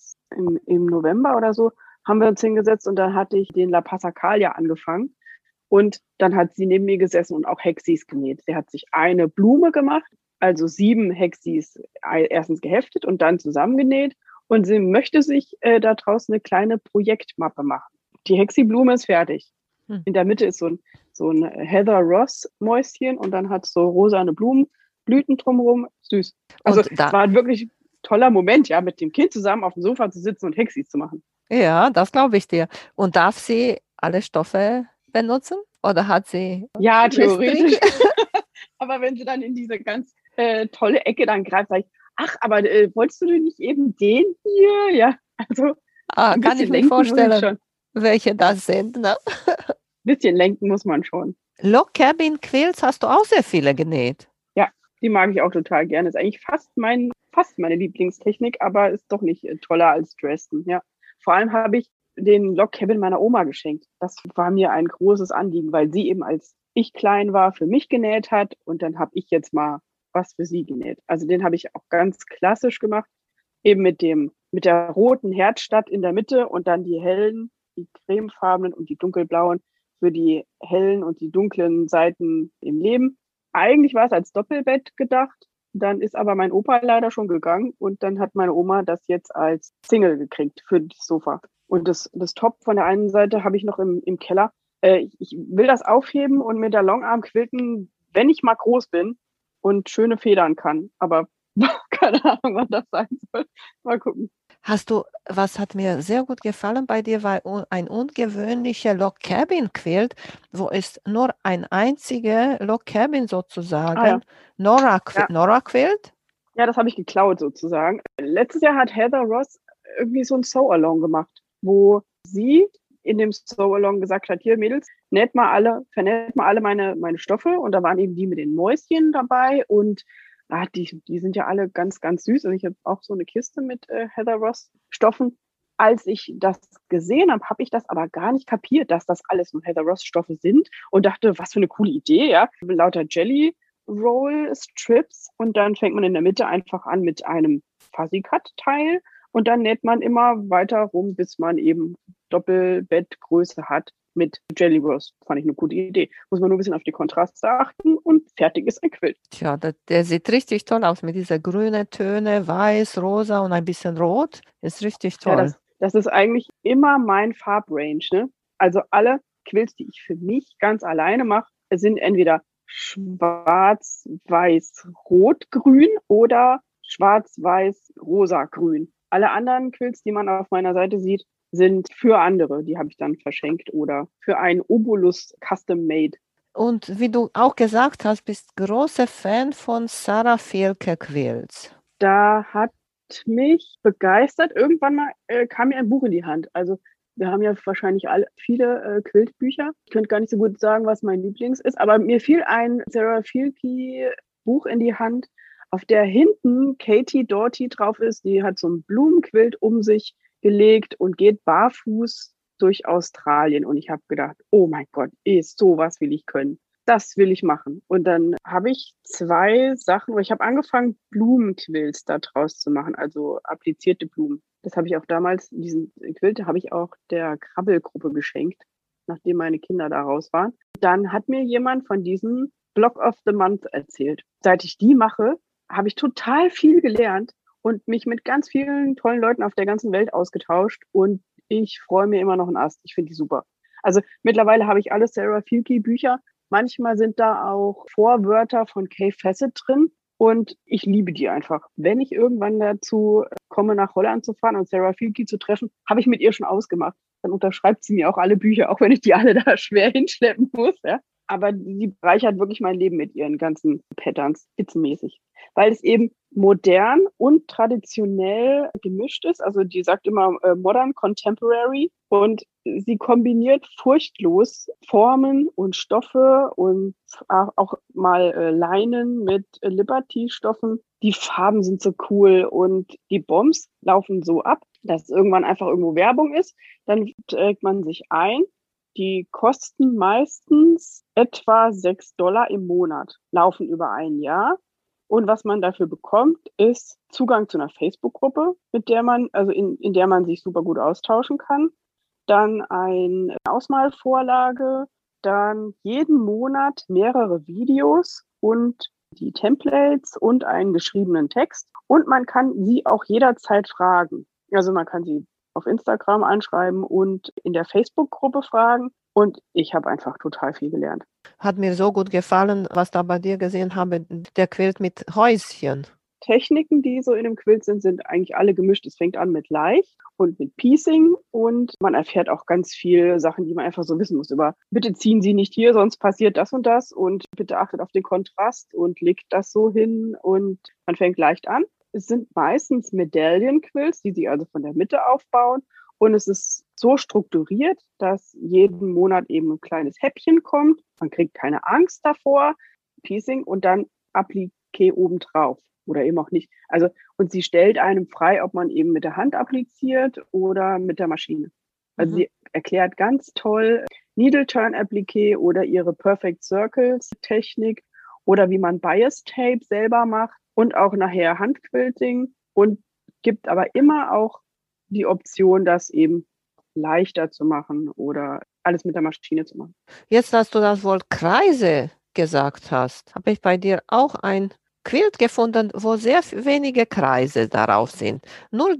im November oder so, haben wir uns hingesetzt und dann hatte ich den La Passacaglia angefangen. Und dann hat sie neben mir gesessen und auch Hexis genäht. Sie hat sich eine Blume gemacht, also 7 Hexis erstens geheftet und dann zusammengenäht. Und sie möchte sich da draußen eine kleine Projektmappe machen. Die Hexi-Blume ist fertig. In der Mitte ist so ein Heather Ross Mäuschen und dann hat es so rosane Blüten drumherum. Süß. Also es war ein wirklich toller Moment, ja, mit dem Kind zusammen auf dem Sofa zu sitzen und Hexis zu machen. Ja, das glaube ich dir. Und darf sie alle Stoffe benutzen? Oder hat sie Ja, theoretisch. Aber wenn sie dann in diese ganz tolle Ecke dann greift, sage ich, ach, aber wolltest du nicht eben den hier? Ja, also kann ich mir vorstellen, welche das sind. Ne? Ein bisschen lenken muss man schon. Log Cabin Quilts hast du auch sehr viele genäht. Ja, die mag ich auch total gerne. Ist eigentlich fast meine Lieblingstechnik, aber ist doch nicht toller als Dresden. Ja. Vor allem habe ich den Log Cabin meiner Oma geschenkt. Das war mir ein großes Anliegen, weil sie eben, als ich klein war, für mich genäht hat und dann habe ich jetzt mal was für sie genäht. Also den habe ich auch ganz klassisch gemacht, eben mit der roten Herzstadt in der Mitte und dann die hellen, die cremefarbenen und die dunkelblauen für die hellen und die dunklen Seiten im Leben. Eigentlich war es als Doppelbett gedacht, dann ist aber mein Opa leider schon gegangen und dann hat meine Oma das jetzt als Single gekriegt für das Sofa. Und das Top von der einen Seite habe ich noch im Keller. Ich will das aufheben und mit der Longarm quilten, wenn ich mal groß bin und schöne Federn kann. Aber keine Ahnung, was das sein soll. Mal gucken. Was hat mir sehr gut gefallen bei dir, war ein ungewöhnlicher Log Cabin Quilt, wo es nur ein einziger Log Cabin sozusagen, Nora Quilt. Ja, das habe ich geklaut sozusagen. Letztes Jahr hat Heather Ross irgendwie so ein Sew-Along gemacht, wo sie in dem Sew-Along gesagt hat, hier Mädels, vernäht mal alle meine Stoffe. Und da waren eben die mit den Mäuschen dabei und die sind ja alle ganz, ganz süß. Also ich habe auch so eine Kiste mit Heather Ross Stoffen. Als ich das gesehen habe, habe ich das aber gar nicht kapiert, dass das alles nur Heather Ross Stoffe sind und dachte, was für eine coole Idee, ja. Lauter Jelly Roll Strips und dann fängt man in der Mitte einfach an mit einem Fuzzy Cut Teil und dann näht man immer weiter rum, bis man eben Doppelbettgröße hat mit Jelly Rolls. Fand ich eine gute Idee. Muss man nur ein bisschen auf die Kontraste achten und fertig ist ein Quilt. Tja, der sieht richtig toll aus mit dieser grünen Töne, weiß, rosa und ein bisschen rot. Ist richtig toll. Ja, das ist eigentlich immer mein Farbrange. Ne? Also alle Quilts, die ich für mich ganz alleine mache, sind entweder schwarz, weiß, rot, grün oder schwarz, weiß, rosa, grün. Alle anderen Quilts, die man auf meiner Seite sieht, sind für andere. Die habe ich dann verschenkt oder für einen Obolus Custom Made. Und wie du auch gesagt hast, bist großer Fan von Sarah Fielke Quilts. Da hat mich begeistert. Irgendwann mal kam mir ein Buch in die Hand. Also wir haben ja wahrscheinlich viele Quiltbücher. Ich könnte gar nicht so gut sagen, was mein Lieblings ist, aber mir fiel ein Sarah Fielke Buch in die Hand, auf der hinten Katie Doughty drauf ist. Die hat so ein Blumenquilt um sich gelegt und geht barfuß durch Australien. Und ich habe gedacht, oh mein Gott, sowas will ich können. Das will ich machen. Und dann habe ich 2 Sachen, ich habe angefangen, Blumenquilts da draus zu machen, also applizierte Blumen. Das habe ich auch damals, diesen Quilt habe ich auch der Krabbelgruppe geschenkt, nachdem meine Kinder da raus waren. Dann hat mir jemand von diesem Block of the Month erzählt. Seit ich die mache, habe ich total viel gelernt und mich mit ganz vielen tollen Leuten auf der ganzen Welt ausgetauscht und ich freue mir immer noch einen Ast. Ich finde die super. Also mittlerweile habe ich alle Sarah Fielke Bücher. Manchmal sind da auch Vorwörter von Kay Fassett drin und ich liebe die einfach. Wenn ich irgendwann dazu komme, nach Holland zu fahren und Sarah Fielke zu treffen, habe ich mit ihr schon ausgemacht. Dann unterschreibt sie mir auch alle Bücher, auch wenn ich die alle da schwer hinschleppen muss. Ja. Aber die bereichert wirklich mein Leben mit ihren ganzen Patterns, spitzenmäßig. Weil es eben modern und traditionell gemischt ist. Also die sagt immer modern, contemporary. Und sie kombiniert furchtlos Formen und Stoffe und auch mal Leinen mit Liberty-Stoffen. Die Farben sind so cool und die Bombs laufen so ab, dass irgendwann einfach irgendwo Werbung ist. Dann trägt man sich ein. Die kosten meistens etwa $6 im Monat, laufen über ein Jahr. Und was man dafür bekommt, ist Zugang zu einer Facebook-Gruppe, mit der man, also in der man sich super gut austauschen kann. Dann eine Ausmalvorlage, dann jeden Monat mehrere Videos und die Templates und einen geschriebenen Text. Und man kann sie auch jederzeit fragen. Also man kann sie auf Instagram anschreiben und in der Facebook-Gruppe fragen. Und ich habe einfach total viel gelernt. Hat mir so gut gefallen, was da bei dir gesehen habe, der Quilt mit Häuschen. Techniken, die so in dem Quilt sind eigentlich alle gemischt. Es fängt an mit Leicht und mit Piecing und man erfährt auch ganz viel Sachen, die man einfach so wissen muss über, bitte ziehen Sie nicht hier, sonst passiert das und bitte achtet auf den Kontrast und legt das so hin und man fängt leicht an. Es sind meistens Medaillenquilts, die Sie also von der Mitte aufbauen und es ist so strukturiert, dass jeden Monat eben ein kleines Häppchen kommt. Man kriegt keine Angst davor, Piecing und dann Appliqué obendrauf. Oder eben auch nicht. Also, und sie stellt einem frei, ob man eben mit der Hand appliziert oder mit der Maschine. Also sie erklärt ganz toll Needle Turn Appliqué oder ihre Perfect Circles Technik oder wie man Bias Tape selber macht und auch nachher Handquilting und gibt aber immer auch die Option, das eben leichter zu machen oder alles mit der Maschine zu machen. Jetzt, dass du das Wort Kreise gesagt hast, habe ich bei dir auch ein Quilt gefunden, wo sehr wenige Kreise darauf sind. Nur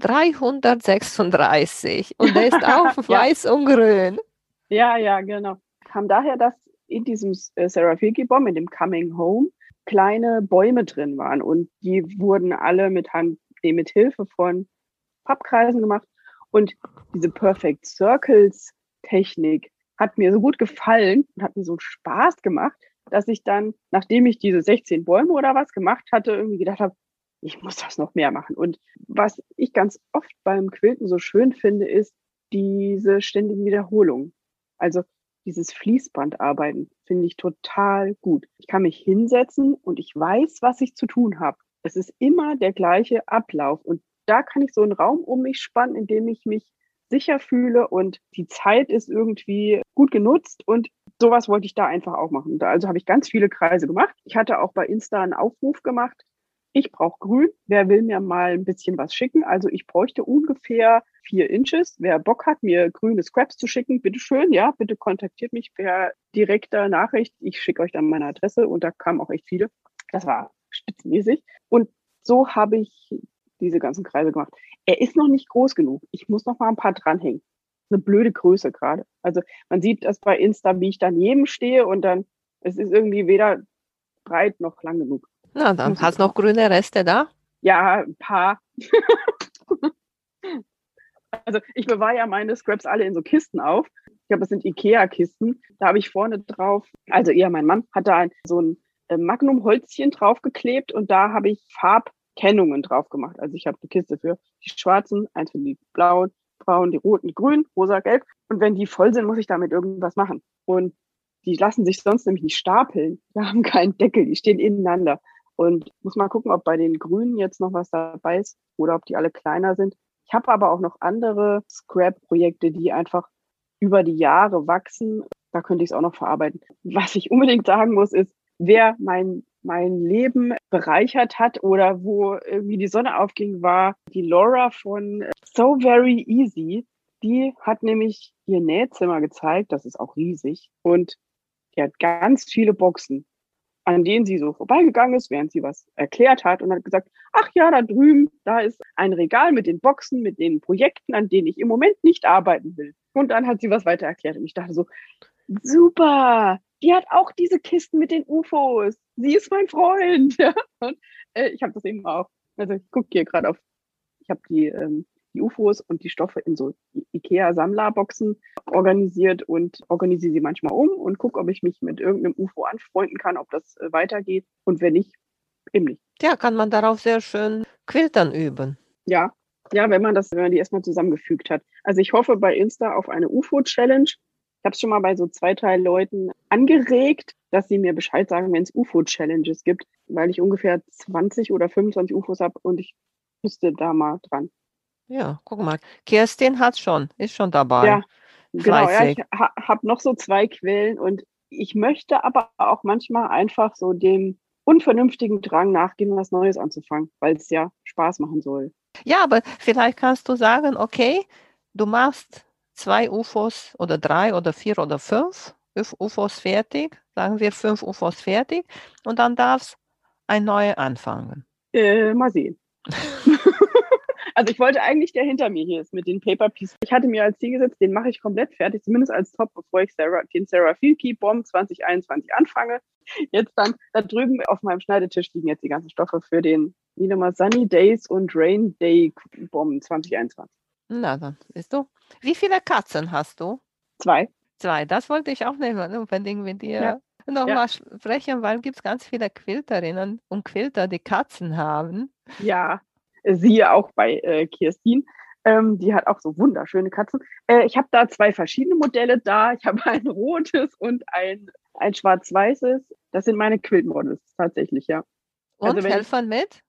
336 und der ist auch Ja. weiß und grün. Ja, genau. Kam daher, dass in diesem Seraphic Bomb, in dem Coming Home, kleine Bäume drin waren und die wurden alle mit Hilfe von Pappkreisen gemacht und diese Perfect Circles Technik hat mir so gut gefallen und hat mir so Spaß gemacht, dass ich dann, nachdem ich diese 16 Bäume oder was gemacht hatte, irgendwie gedacht habe, ich muss das noch mehr machen. Und was ich ganz oft beim Quilten so schön finde, ist diese ständigen Wiederholungen. Also dieses Fließbandarbeiten finde ich total gut. Ich kann mich hinsetzen und ich weiß, was ich zu tun habe. Es ist immer der gleiche Ablauf und da kann ich so einen Raum um mich spannen, in dem ich mich sicher fühle und die Zeit ist irgendwie gut genutzt und sowas wollte ich da einfach auch machen. Also habe ich ganz viele Kreise gemacht. Ich hatte auch bei Insta einen Aufruf gemacht. Ich brauche grün. Wer will mir mal ein bisschen was schicken? Also ich bräuchte ungefähr 4 Inches. Wer Bock hat, mir grüne Scraps zu schicken, bitteschön. Ja, bitte kontaktiert mich per direkter Nachricht. Ich schicke euch dann meine Adresse und da kamen auch echt viele. Das war spitzenmäßig. Und so habe ich diese ganzen Kreise gemacht. Er ist noch nicht groß genug. Ich muss noch mal ein paar dranhängen. Eine blöde Größe gerade. Also man sieht das bei Insta, wie ich daneben stehe und dann, es ist irgendwie weder breit noch lang genug. Na, dann hast du noch grüne Reste da? Ja, ein paar. Also ich bewahre ja meine Scraps alle in so Kisten auf. Ich glaube, das sind Ikea-Kisten. Da habe ich vorne drauf, also eher mein Mann, hat da so ein Magnum-Holzchen draufgeklebt und da habe ich Farbkennungen drauf gemacht. Also ich habe eine Kiste für die schwarzen, eins für die blauen, braun, die roten, die grün, rosa, gelb. Und wenn die voll sind, muss ich damit irgendwas machen. Und die lassen sich sonst nämlich nicht stapeln. Die haben keinen Deckel, die stehen ineinander. Und muss mal gucken, ob bei den Grünen jetzt noch was dabei ist oder ob die alle kleiner sind. Ich habe aber auch noch andere Scrap-Projekte, die einfach über die Jahre wachsen. Da könnte ich es auch noch verarbeiten. Was ich unbedingt sagen muss, ist, wer mein Leben bereichert hat oder wo irgendwie die Sonne aufging, war die Laura von So Very Easy. Die hat nämlich ihr Nähzimmer gezeigt, das ist auch riesig. Und die hat ganz viele Boxen, an denen sie so vorbeigegangen ist, während sie was erklärt hat und hat gesagt, ach ja, da drüben, da ist ein Regal mit den Boxen, mit den Projekten, an denen ich im Moment nicht arbeiten will. Und dann hat sie was weiter erklärt und ich dachte so, super, die hat auch diese Kisten mit den UFOs. Sie ist mein Freund. Ja? Und ich habe das eben auch. Also ich gucke hier gerade auf, ich habe die die UFOs und die Stoffe in so IKEA-Sammlerboxen organisiert und organisiere sie manchmal um und gucke, ob ich mich mit irgendeinem UFO anfreunden kann, ob das weitergeht. Und wenn nicht, eben nicht. Ja, kann man darauf sehr schön Quiltern üben. Ja, ja, wenn man die erstmal zusammengefügt hat. Also ich hoffe bei Insta auf eine UFO-Challenge. Ich habe es schon mal bei so 2, 3 Leuten angeregt, dass sie mir Bescheid sagen, wenn es UFO-Challenges gibt, weil ich ungefähr 20 oder 25 UFOs habe und ich müsste da mal dran. Ja, guck mal. Kerstin ist schon dabei. Ja, genau. Ja, ich Fleißig. habe noch so 2 Quellen und ich möchte aber auch manchmal einfach so dem unvernünftigen Drang nachgehen, was Neues anzufangen, weil es ja Spaß machen soll. Ja, aber vielleicht kannst du sagen, okay, du machst 2 UFOs oder 3 oder 4 oder 5 UFOs fertig, sagen wir 5 UFOs fertig und dann darfst ein neues anfangen. Mal sehen. Also ich wollte eigentlich, der hinter mir hier ist mit den Paper Pieces. Ich hatte mir als Ziel gesetzt, den mache ich komplett fertig, zumindest als Top, bevor ich den Sarah Fielke Bomb 2021 anfange. Jetzt dann, da drüben auf meinem Schneidetisch liegen jetzt die ganzen Stoffe für den, wie nochmal, Sunny Days und Rain Day Bomb 2021. Na, dann siehst du. Wie viele Katzen hast du? 2. 2. Das wollte ich auch unbedingt mit Ja, dir noch ja, mal sprechen, weil gibt es ganz viele Quilterinnen und Quilter, die Katzen haben. ja. Siehe auch bei Kirstin. Die hat auch so wunderschöne Katzen. Ich habe da 2 verschiedene Modelle da. Ich habe ein rotes und ein schwarz-weißes. Das sind meine Quiltmodels tatsächlich, ja. Also Und wenn ich, helfen mit?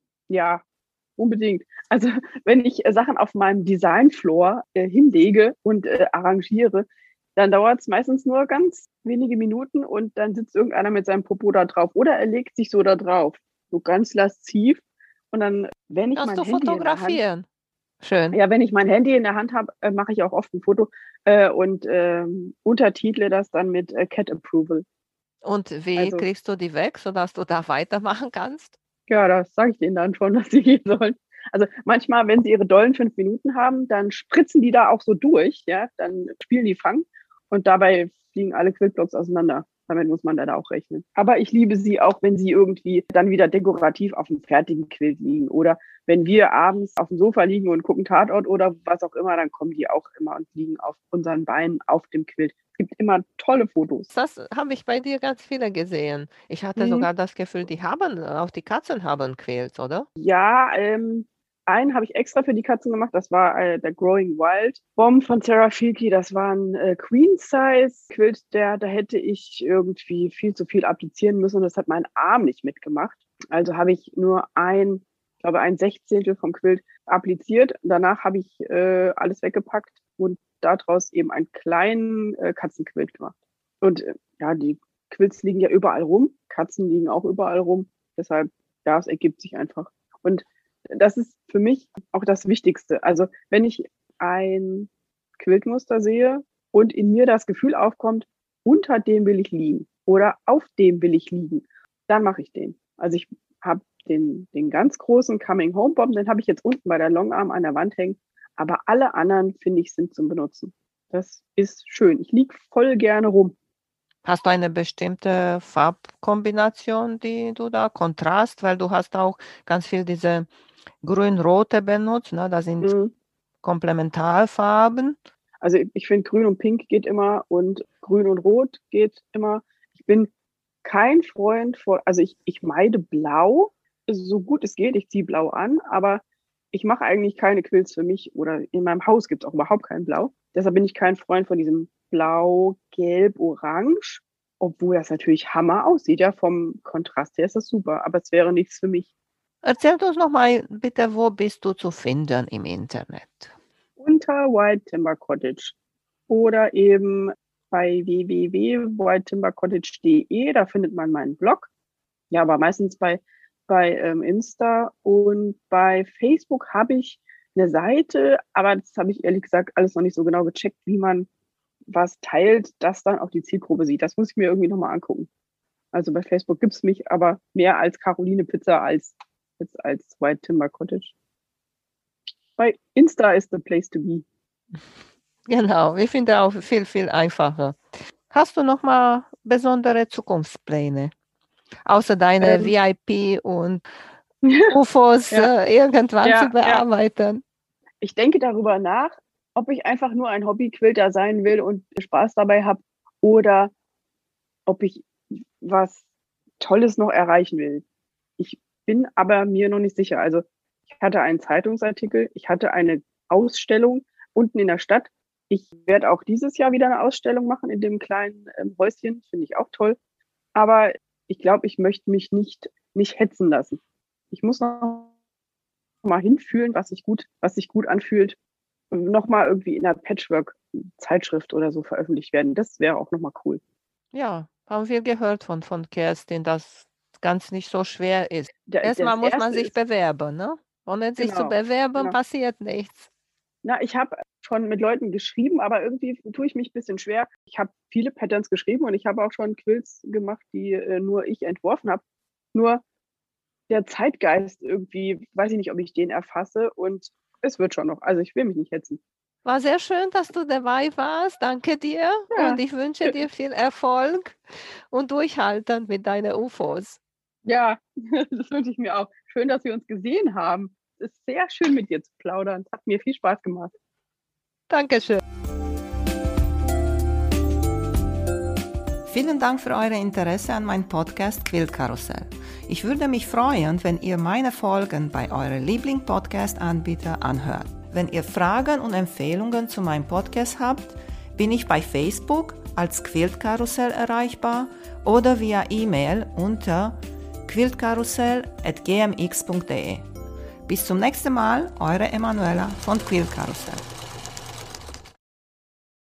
ja, unbedingt. Also wenn ich Sachen auf meinem Designfloor hinlege und arrangiere, dann dauert es meistens nur ganz wenige Minuten und dann sitzt irgendeiner mit seinem Popo da drauf oder er legt sich so da drauf, so ganz lasziv. Und dann, wenn ich Kannst mein du Handy in der Hand, fotografieren? Schön. ja, wenn ich mein Handy in der Hand habe, mache ich auch oft ein Foto und untertitle das dann mit Cat Approval. Und wie Also kriegst du die weg, sodass du da weitermachen kannst? ja, das sage ich denen dann schon, dass sie gehen sollen. Also manchmal, wenn sie ihre dollen 5 Minuten haben, dann spritzen die da auch so durch, ja, dann spielen die Fang und dabei fliegen alle Quiltblocks auseinander. Damit muss man leider auch rechnen. Aber ich liebe sie auch, wenn sie irgendwie dann wieder dekorativ auf dem fertigen Quilt liegen. Oder wenn wir abends auf dem Sofa liegen und gucken Tatort oder was auch immer, dann kommen die auch immer und liegen auf unseren Beinen auf dem Quilt. Es gibt immer tolle Fotos. Das habe ich bei dir ganz viele gesehen. Ich hatte Hm. sogar das Gefühl, auch die Katzen haben Quills, oder? Ja, einen habe ich extra für die Katzen gemacht. Das war der Growing Wild Bomb von Sarah Fielke. Das war ein Queen Size Quilt. Da hätte ich irgendwie viel zu viel applizieren müssen und das hat mein Arm nicht mitgemacht. Also habe ich nur ich glaube, ein Sechzehntel vom Quilt appliziert. Danach habe ich alles weggepackt und daraus eben einen kleinen Katzenquilt gemacht. Und ja, die Quilts liegen ja überall rum. Katzen liegen auch überall rum. Deshalb, ja, es ergibt sich einfach. Und das ist für mich auch das Wichtigste. Also wenn ich ein Quiltmuster sehe und in mir das Gefühl aufkommt, unter dem will ich liegen oder auf dem will ich liegen, dann mache ich den. Also ich habe den ganz großen Coming Home Bomb, den habe ich jetzt unten bei der Longarm an der Wand hängen, aber alle anderen, finde ich, sind zum Benutzen. Das ist schön. Ich liege voll gerne rum. Hast du eine bestimmte Farbkombination, die du da Kontrast, weil du hast auch ganz viel diese grün-rote benutzt, ne? Das sind Mhm. Komplementarfarben. Also ich finde, Grün und Pink geht immer und Grün und Rot geht immer. Ich bin kein Freund von, also ich meide Blau, so gut es geht. Ich ziehe Blau an, aber ich mache eigentlich keine Quilts für mich oder in meinem Haus gibt es auch überhaupt kein Blau. Deshalb bin ich kein Freund von diesem Blau, Gelb, Orange, obwohl das natürlich Hammer aussieht. Ja, vom Kontrast her ist das super, aber es wäre nichts für mich. Erzähl uns noch mal bitte, wo bist du zu finden im Internet? Unter White Timber Cottage oder eben bei www.whitetimbercottage.de, da findet man meinen Blog. Ja, aber meistens bei Insta und bei Facebook habe ich eine Seite, aber das habe ich ehrlich gesagt alles noch nicht so genau gecheckt, wie man was teilt, das dann auch die Zielgruppe sieht. Das muss ich mir irgendwie nochmal angucken. Also bei Facebook gibt es mich aber mehr als Caroline Pizza als jetzt als White Timber Cottage. Bei Insta ist the place to be. Genau, ich finde auch viel, viel einfacher. Hast du noch mal besondere Zukunftspläne, außer deine VIP und UFOs ja, irgendwann zu ja, ja. bearbeiten? Ich denke darüber nach, ob ich einfach nur ein Hobbyquilter sein will und Spaß dabei habe oder ob ich was Tolles noch erreichen will. Ich bin aber mir noch nicht sicher. Also ich hatte einen Zeitungsartikel, ich hatte eine Ausstellung unten in der Stadt. Ich werde auch dieses Jahr wieder eine Ausstellung machen in dem kleinen Häuschen, finde ich auch toll. Aber ich glaube, ich möchte mich nicht hetzen lassen. Ich muss noch mal hinfühlen, was sich gut anfühlt. Und noch mal irgendwie in einer Patchwork-Zeitschrift oder so veröffentlicht werden. Das wäre auch noch mal cool. Ja, haben wir gehört von Kerstin, dass ganz nicht so schwer ist. Erstmal Das muss man erste sich ist, bewerben, ne? Ohne sich zu genau, bewerben, genau. passiert nichts. Na, ich habe schon mit Leuten geschrieben, aber irgendwie tue ich mich ein bisschen schwer. Ich habe viele Patterns geschrieben und ich habe auch schon Quills gemacht, die nur ich entworfen habe. Nur der Zeitgeist irgendwie, weiß ich nicht, ob ich den erfasse und es wird schon noch. Also ich will mich nicht hetzen. War sehr schön, dass du dabei warst. Danke dir und Ja, ich wünsche dir viel Erfolg und Durchhalten mit deinen UFOs. ja, das wünsche ich mir auch. Schön, dass wir uns gesehen haben. Es ist sehr schön, mit dir zu plaudern. Es hat mir viel Spaß gemacht. Dankeschön. Vielen Dank für euer Interesse an meinem Podcast Quiltkarussell. Ich würde mich freuen, wenn ihr meine Folgen bei eurem Liebling-Podcast-Anbieter anhört. Wenn ihr Fragen und Empfehlungen zu meinem Podcast habt, bin ich bei Facebook als Quiltkarussell erreichbar oder via E-Mail unter quiltkarussell@gmx.de. Bis zum nächsten Mal, eure Emanuela von Quiltkarussell.